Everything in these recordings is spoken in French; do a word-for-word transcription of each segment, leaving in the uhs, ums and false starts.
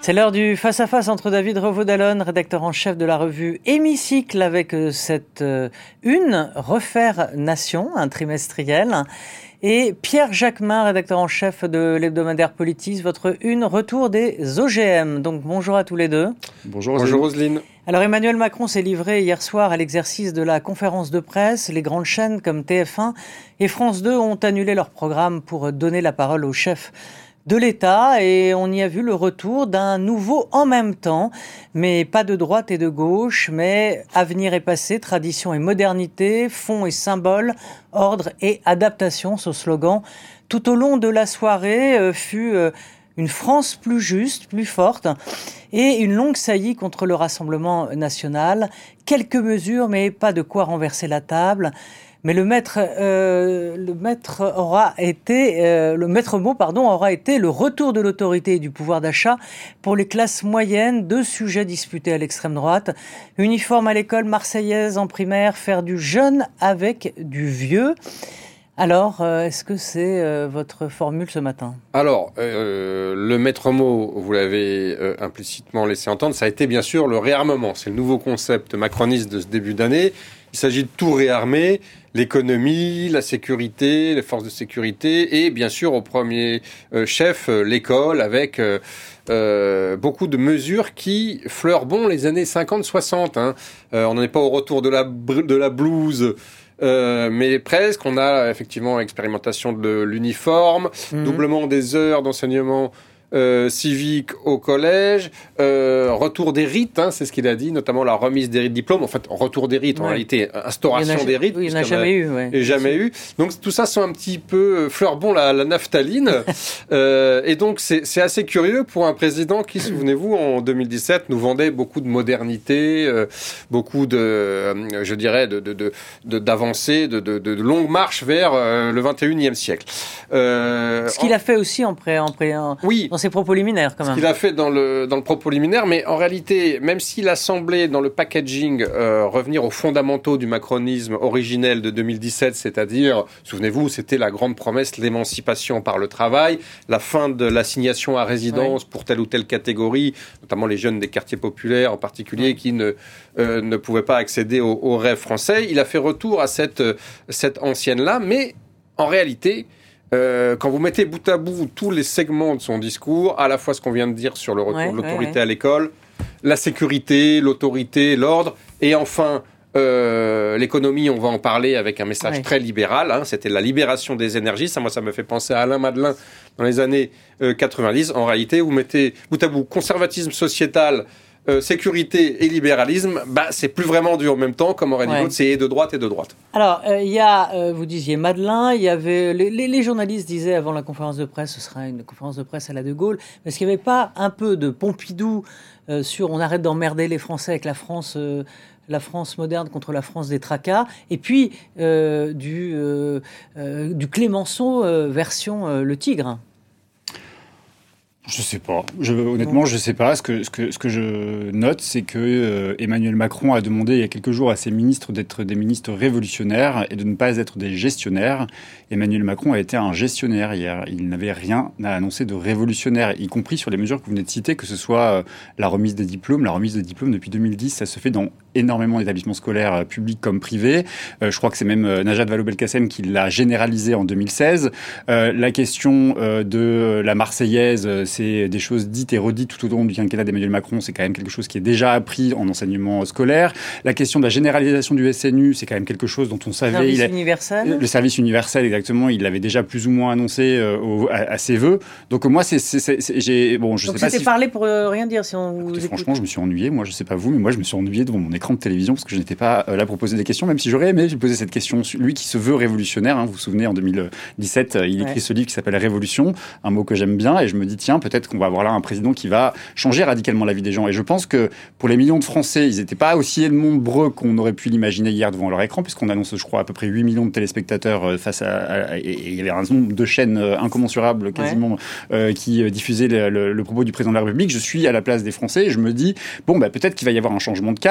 C'est l'heure du face-à-face entre David Revaud-Dallon, rédacteur en chef de la revue Hémicycle, avec cette euh, une, Refaire Nation, un trimestriel, et Pierre Jacquemin, rédacteur en chef de l'hebdomadaire Politis, votre une, Retour des O G M. Donc bonjour à tous les deux. Bonjour, bonjour Roselyne. Alors Emmanuel Macron s'est livré hier soir à l'exercice de la conférence de presse. Les grandes chaînes comme T F un et France deux ont annulé leur programme pour donner la parole au chef de l'État, et on y a vu le retour d'un nouveau en même temps, mais pas de droite et de gauche, mais avenir et passé, tradition et modernité, fond et symbole, ordre et adaptation. Ce slogan, tout au long de la soirée, euh, fut euh, une France plus juste, plus forte, et une longue saillie contre le Rassemblement national. Quelques mesures, mais pas de quoi renverser la table. Mais le maître, euh, le maître aura été, euh, le maître mot, pardon, aura été le retour de l'autorité et du pouvoir d'achat pour les classes moyennes. Deux sujets disputés à l'extrême droite. Uniforme à l'école marseillaise en primaire, faire du jeune avec du vieux. Alors, euh, est-ce que c'est euh, votre formule ce matin ? Alors, euh, le maître mot, vous l'avez euh, implicitement laissé entendre, ça a été bien sûr le réarmement. C'est le nouveau concept macroniste de ce début d'année. Il s'agit de tout réarmer, l'économie, la sécurité, les forces de sécurité et bien sûr au premier euh, chef, euh, l'école, avec euh, euh, beaucoup de mesures qui fleurent bon les années cinquante soixante. Hein. Euh, on n'en est pas au retour de la, de la blouse, Euh, mais presque. On a effectivement l'expérimentation de l'uniforme, mmh. doublement des heures d'enseignement euh, civique au collège, euh, retour des rites, hein, c'est ce qu'il a dit, notamment la remise des rites diplômes. En fait, retour des rites, ouais. En réalité, instauration a, des rites. Oui, il n'y en a jamais eu. Ouais. Et jamais eu. Donc tout ça sent un petit peu fleur bon la, la naphtaline. euh, et donc c'est, c'est assez curieux pour un président qui, souvenez-vous, en deux mille dix-sept, nous vendait beaucoup de modernité, euh, beaucoup de, euh, je dirais, de, de, de, de d'avancées, de, de, de, de longues marches vers euh, le vingt et unième siècle. Euh, ce qu'il en... a fait aussi en pré, en pré, en, oui. dans ses propos liminaires, quand même. Ce qu'il a fait dans le dans le propos liminaire, mais en réalité, même s'il a semblé dans le packaging euh, revenir aux fondamentaux du macronisme originel de deux mille dix-sept, c'est-à-dire, souvenez-vous, c'était la grande promesse, l'émancipation par le travail, la fin de l'assignation à résidence oui. pour telle ou telle catégorie, notamment les jeunes des quartiers populaires en particulier, oui. qui ne euh, ne pouvaient pas accéder au, au rêve français. Il a fait retour à cette cette ancienne-là, mais en réalité. Euh, quand vous mettez bout à bout tous les segments de son discours, à la fois ce qu'on vient de dire sur le retour ouais, de l'autorité ouais, ouais. à l'école, la sécurité, l'autorité, l'ordre, et enfin euh, l'économie, on va en parler avec un message ouais. très libéral, hein, c'était la libération des énergies, ça moi ça me fait penser à Alain Madelin dans les années euh, quatre-vingt-dix. En réalité, vous mettez bout à bout conservatisme sociétal, Euh, sécurité et libéralisme, bah, c'est plus vraiment du en même temps, comme aurait dit ouais. l'autre, c'est de droite et de droite. Alors, il euh, y a, euh, vous disiez Madelin, il y avait, les, les, les journalistes disaient avant la conférence de presse, ce sera une conférence de presse à la De Gaulle, mais est-ce qu'il n'y avait pas un peu de Pompidou euh, sur on arrête d'emmerder les Français avec la France euh, la France moderne contre la France des tracas, et puis euh, du, euh, euh, du Clémenceau euh, version euh, Le Tigre. Je sais pas. Je, honnêtement, je sais pas. Ce que, ce que, ce que je note, c'est que euh, Emmanuel Macron a demandé il y a quelques jours à ses ministres d'être des ministres révolutionnaires et de ne pas être des gestionnaires. Emmanuel Macron a été un gestionnaire hier. Il n'avait rien à annoncer de révolutionnaire, y compris sur les mesures que vous venez de citer, que ce soit euh, la remise des diplômes. La remise des diplômes depuis deux mille dix, ça se fait dans énormément d'établissements scolaires euh, publics comme privés. Euh, je crois que c'est même euh, Najat Vallaud-Belkacem qui l'a généralisé en deux mille seize. Euh, la question euh, de la Marseillaise, euh, c'est des choses dites et redites tout au long du quinquennat d'Emmanuel Macron. C'est quand même quelque chose qui est déjà appris en enseignement scolaire. La question de la généralisation du S N U, c'est quand même quelque chose dont on savait... Le service il a, universel. Le service universel, exactement. Il l'avait déjà plus ou moins annoncé euh, au, à, à ses vœux. Donc moi, c'est, c'est, c'est, c'est j'ai... Bon, je Donc sais pas c'était si... parlé pour euh, rien dire si on vous Écoutez, écoute. Franchement, je me suis ennuyé. Moi, je sais pas vous, mais moi, je me suis ennuyé devant mon écran de télévision parce que je n'étais pas euh, là pour poser des questions, même si j'aurais aimé poser cette question. Lui qui se veut révolutionnaire, hein, vous vous souvenez, en deux mille dix-sept, euh, il écrit ouais. ce livre qui s'appelle Révolution, un mot que j'aime bien, et je me dis, tiens, peut-être qu'on va avoir là un président qui va changer radicalement la vie des gens. Et je pense que pour les millions de Français, ils n'étaient pas aussi nombreux qu'on aurait pu l'imaginer hier devant leur écran, puisqu'on annonce, je crois, à peu près huit millions de téléspectateurs face à... à et il y avait un nombre de chaînes incommensurables, quasiment, ouais. euh, qui diffusaient le, le, le propos du président de la République. Je suis à la place des Français et je me dis, bon, bah, peut-être qu'il va y avoir un changement de cap, il y a un nouveau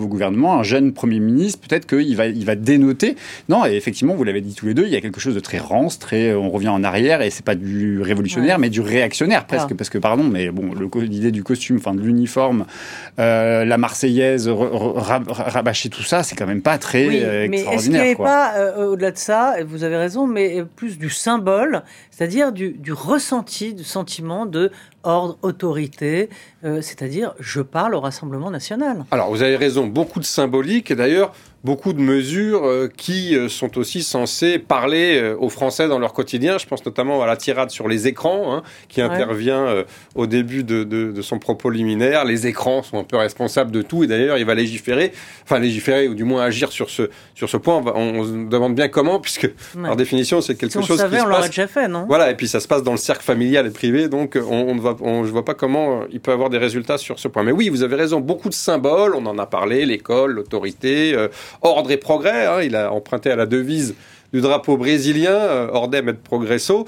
nouveau gouvernement, un jeune Premier ministre, peut-être qu'il va, il va dénoter. Non, et effectivement, vous l'avez dit tous les deux, il y a quelque chose de très rance, très, on revient en arrière, et c'est pas du révolutionnaire, ouais. mais du réactionnaire presque, ah. parce que, pardon, mais bon, le, l'idée du costume, enfin de l'uniforme, euh, la Marseillaise, rabâcher tout ça, c'est quand même pas très oui, euh, mais extraordinaire. Est-ce qu'il n'y avait quoi. pas, euh, au-delà de ça, et vous avez raison, mais plus du symbole, c'est-à-dire du, du ressenti, du sentiment de ordre, autorité, euh, c'est-à-dire je parle au Rassemblement national. Alors vous avez raison, beaucoup de symbolique, et d'ailleurs beaucoup de mesures euh, qui euh, sont aussi censées parler euh, aux Français dans leur quotidien. Je pense notamment à la tirade sur les écrans, hein, qui ouais. intervient euh, au début de, de, de son propos liminaire. Les écrans sont un peu responsables de tout, et d'ailleurs il va légiférer, enfin légiférer ou du moins agir sur ce, sur ce point. On, va, on, on se demande bien comment, puisque ouais. par définition c'est quelque si on chose savait, qui on se l'aurait passe. Déjà fait, non ? Voilà, et puis ça se passe dans le cercle familial et privé, donc on, on ne va, on, je vois pas comment il peut avoir des résultats sur ce point. Mais oui, vous avez raison, beaucoup de symboles, on en a parlé, l'école, l'autorité, euh, ordre et progrès, hein, il a emprunté à la devise du drapeau brésilien, euh, Ordem et Progresso.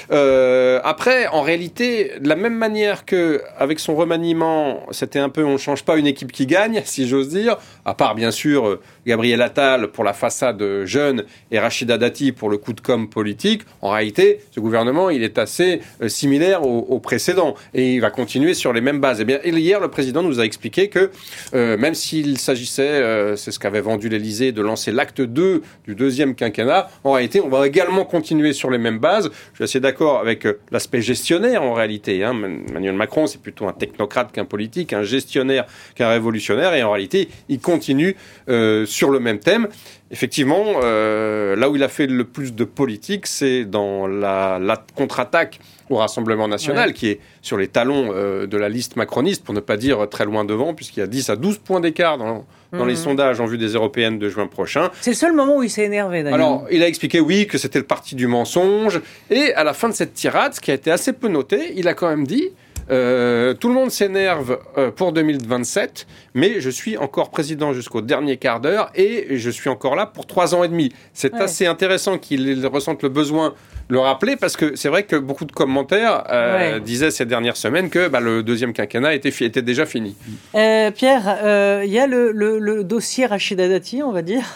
Euh, après, en réalité, de la même manière que avec son remaniement, c'était un peu on ne change pas une équipe qui gagne, si j'ose dire, à part bien sûr euh, Gabriel Attal pour la façade jeune et Rachida Dati pour le coup de com' politique. En réalité, ce gouvernement, il est assez euh, similaire au, au précédent et il va continuer sur les mêmes bases. Et bien, hier, le président nous a expliqué que euh, même s'il s'agissait, euh, c'est ce qu'avait vendu l'Élysée, de lancer l'acte deux du deuxième quinquennat, en réalité, on va également continuer sur les mêmes bases. Je suis assez d'accord avec euh, l'aspect gestionnaire, en réalité. Hein. Emmanuel Macron, c'est plutôt un technocrate qu'un politique, un gestionnaire qu'un révolutionnaire. Et en réalité, il continue euh, sur le même thème. Effectivement, euh, là où il a fait le plus de politique, c'est dans la, la contre-attaque au Rassemblement national, ouais. qui est sur les talons euh, de la liste macroniste, pour ne pas dire très loin devant, puisqu'il y a dix à douze points d'écart dans, dans mmh. les sondages en vue des européennes de juin prochain. C'est le seul moment où il s'est énervé, d'ailleurs. Alors, il a expliqué, oui, que c'était le parti du mensonge. Et à la fin de cette tirade, ce qui a été assez peu noté, il a quand même dit... Euh, tout le monde s'énerve euh, pour deux mille vingt-sept, mais je suis encore président jusqu'au dernier quart d'heure et je suis encore là pour trois ans et demi. C'est ouais. assez intéressant qu'il ressente le besoin de le rappeler parce que c'est vrai que beaucoup de commentaires euh, ouais. disaient ces dernières semaines que bah, le deuxième quinquennat était, était déjà fini. Euh, Pierre, il euh, y a le, le, le dossier Rachida Dati, on va dire,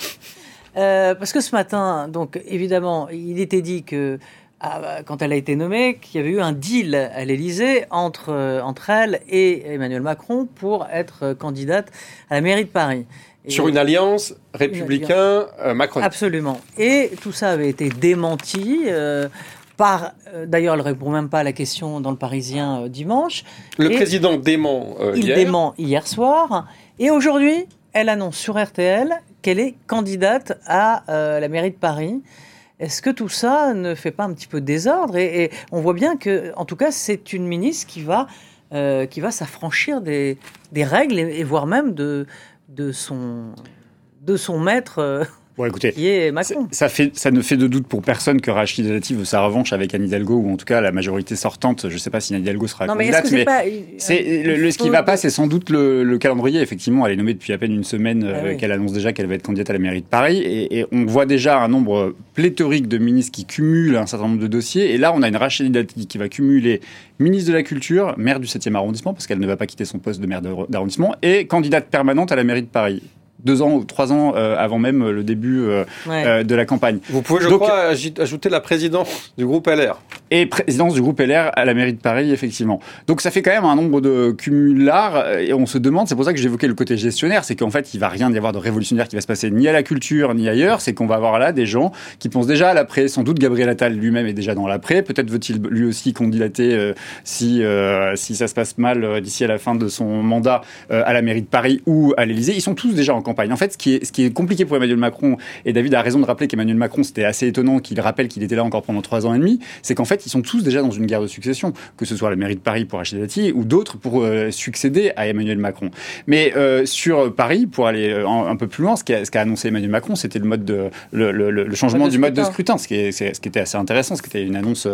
euh, parce que ce matin, donc évidemment, il était dit que Ah, quand elle a été nommée, qu'il y avait eu un deal à l'Élysée entre, euh, entre elle et Emmanuel Macron pour être candidate à la mairie de Paris. Et sur une alliance républicain-macroniste. Absolument. Et tout ça avait été démenti euh, par... Euh, d'ailleurs, elle ne répond même pas à la question dans le Parisien euh, dimanche. Le et président dément euh, il hier. Il dément hier soir. Et aujourd'hui, elle annonce sur R T L qu'elle est candidate à euh, la mairie de Paris. Est-ce que tout ça ne fait pas un petit peu désordre et, et on voit bien que, en tout cas, c'est une ministre qui va, euh, qui va s'affranchir des, des règles et, et voire même de, de, son, de son maître. Euh, Bon, écoutez, qui est Macron. Ça, fait, ça ne fait de doute pour personne que Rachida Dati veut sa revanche avec Anne Hidalgo, ou en tout cas la majorité sortante. Je ne sais pas si Anne Hidalgo sera non, candidate, mais, mais pas, c'est, le, le, ce qui ne va pas, c'est sans doute le, le calendrier. Effectivement, elle est nommée depuis à peine une semaine, ah, euh, oui. qu'elle annonce déjà qu'elle va être candidate à la mairie de Paris. Et, et on voit déjà un nombre pléthorique de ministres qui cumulent un certain nombre de dossiers. Et là, on a une Rachida Dati qui va cumuler ministre de la Culture, maire du septième arrondissement, parce qu'elle ne va pas quitter son poste de maire d'arrondissement, et candidate permanente à la mairie de Paris. Deux ans ou trois ans euh, avant même le début euh, ouais. euh, de la campagne. Vous pouvez, je Donc, crois, ajouter la présidence du groupe L R. Et présidence du groupe L R à la mairie de Paris, effectivement. Donc ça fait quand même un nombre de cumulards, et on se demande, c'est pour ça que j'évoquais le côté gestionnaire, c'est qu'en fait, il va rien y avoir de révolutionnaire qui va se passer ni à la culture, ni ailleurs, c'est qu'on va avoir là des gens qui pensent déjà à l'après. Sans doute Gabriel Attal lui-même est déjà dans l'après, peut-être veut-il lui aussi candidater euh, si, euh, si ça se passe mal euh, d'ici à la fin de son mandat euh, à la mairie de Paris ou à l'Élysée. Ils sont tous déjà en campagne. En fait, ce qui est, ce qui est compliqué pour Emmanuel Macron, et David a raison de rappeler qu'Emmanuel Macron, c'était assez étonnant qu'il rappelle qu'il était là encore pendant trois ans et demi, c'est qu'en fait, ils sont tous déjà dans une guerre de succession, que ce soit la mairie de Paris pour Rachida Dati ou d'autres pour euh, succéder à Emmanuel Macron. Mais euh, sur Paris, pour aller euh, un, un peu plus loin, ce qu'a, ce qu'a annoncé Emmanuel Macron, c'était le, mode de, le, le, le changement mode du mode de scrutin, ce qui, est, ce qui était assez intéressant, ce qui était une annonce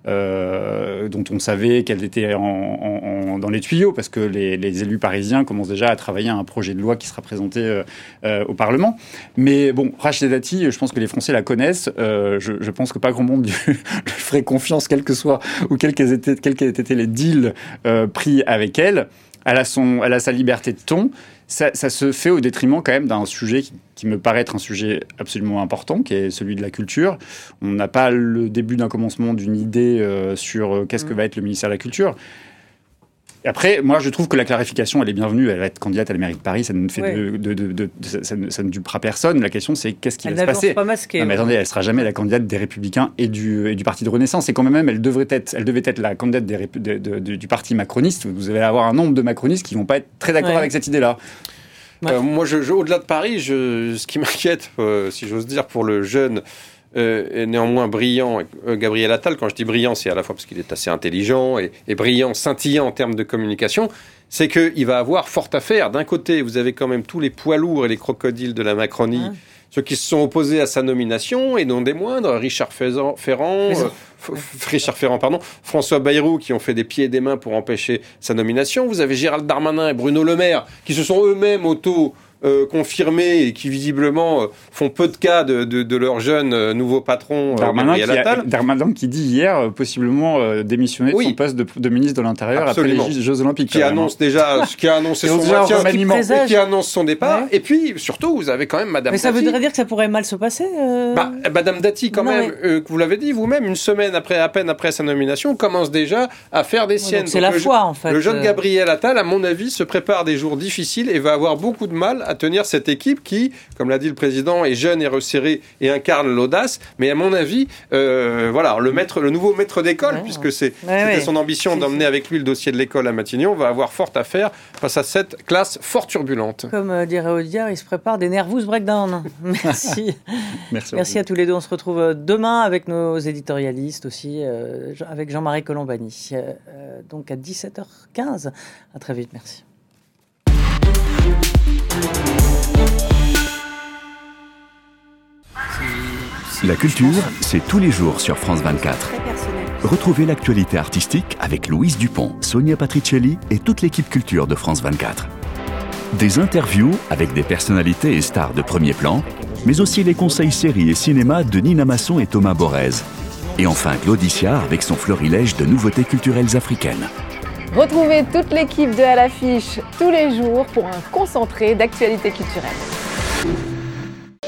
euh, dont on savait qu'elle était en, en, en, dans les tuyaux, parce que les, les élus parisiens commencent déjà à travailler à un projet de loi qui sera présenté euh, Euh, au Parlement. Mais bon, Rachida Dati, je pense que les Français la connaissent. Euh, je, je pense que pas grand monde lui ferait confiance, quel que soit ou quels qu'aient été, quels qu'aient été les deals euh, pris avec elle. Elle a, son, elle a sa liberté de ton. ça, ça se fait au détriment quand même d'un sujet qui, qui me paraît être un sujet absolument important, qui est celui de la culture. On n'a pas le début d'un commencement d'une idée euh, sur euh, qu'est-ce mmh. que va être le ministère de la Culture. Et après, moi, je trouve que la clarification, elle est bienvenue. Elle va être candidate à la mairie de Paris. Ça ne fait ouais. de, de, de, de, de ça, ça, ne, ça ne dupera personne. La question, c'est qu'est-ce qui elle va se passer. Pas masquée, non, mais attendez, elle sera jamais la candidate des Républicains et du, et du Parti de Renaissance. Et quand même, elle devrait être, elle devait être la candidate des, de, de, de, du Parti macroniste. Vous allez avoir un nombre de macronistes qui vont pas être très d'accord ouais. avec cette idée-là. Ouais. Euh, moi, je, je, au-delà de Paris, je, ce qui m'inquiète, euh, si j'ose dire, pour le jeune. Euh, et néanmoins brillant, euh, Gabriel Attal, quand je dis brillant, c'est à la fois parce qu'il est assez intelligent et, et brillant, scintillant en termes de communication, c'est qu'il va avoir fort à faire. D'un côté, vous avez quand même tous les poids lourds et les crocodiles de la Macronie, ah. ceux qui se sont opposés à sa nomination, et non des moindres, Richard Ferrand, euh, F- Richard Ferrand, pardon, François Bayrou, qui ont fait des pieds et des mains pour empêcher sa nomination. Vous avez Gérald Darmanin et Bruno Le Maire, qui se sont eux-mêmes auto Euh, confirmés et qui visiblement euh, font peu de cas de, de, de leur jeune euh, nouveau patron, euh, Darmanin, qui a, Darmanin qui dit hier euh, possiblement euh, démissionner de oui. son poste de, de ministre de l'Intérieur Absolument. après les Jeux Olympiques. Qui annonce déjà, qui a annoncé son maintien, qui, qui annonce son départ. Ouais. Et puis surtout, vous avez quand même Madame. Mais ça Dati. voudrait dire que ça pourrait mal se passer. Euh... Bah, Madame Dati, quand non, même, mais... euh, vous l'avez dit vous-même, une semaine après, à peine après sa nomination, commence déjà à faire des siennes. Donc c'est donc la foi, en fait. Le jeune Gabriel Attal, à mon avis, se prépare des jours difficiles et va avoir beaucoup de mal à tenir cette équipe qui, comme l'a dit le président, est jeune et resserré et incarne l'audace. Mais à mon avis, euh, voilà, le maître, le nouveau maître d'école, ouais, puisque c'est, ouais, c'était ouais. son ambition c'est, d'emmener c'est... avec lui le dossier de l'école à Matignon, va avoir fort à faire face à cette classe fort turbulente. Comme euh, dirait Audiard, il se prépare des nervous breakdown. Merci. Merci, Merci à tous les deux. On se retrouve demain avec nos éditorialistes aussi, euh, avec Jean-Marie Colombani. Euh, donc à dix-sept heures quinze. À très vite. Merci. La culture, c'est tous les jours sur France vingt-quatre. Retrouvez l'actualité artistique avec Louise Dupont, Sonia Patricelli et toute l'équipe culture de France vingt-quatre. Des interviews avec des personnalités et stars de premier plan, mais aussi les conseils séries et cinéma de Nina Masson et Thomas Borez. Et enfin Claudicia avec son florilège de nouveautés culturelles africaines. Retrouvez toute l'équipe de À l'affiche tous les jours pour un concentré d'actualité culturelle.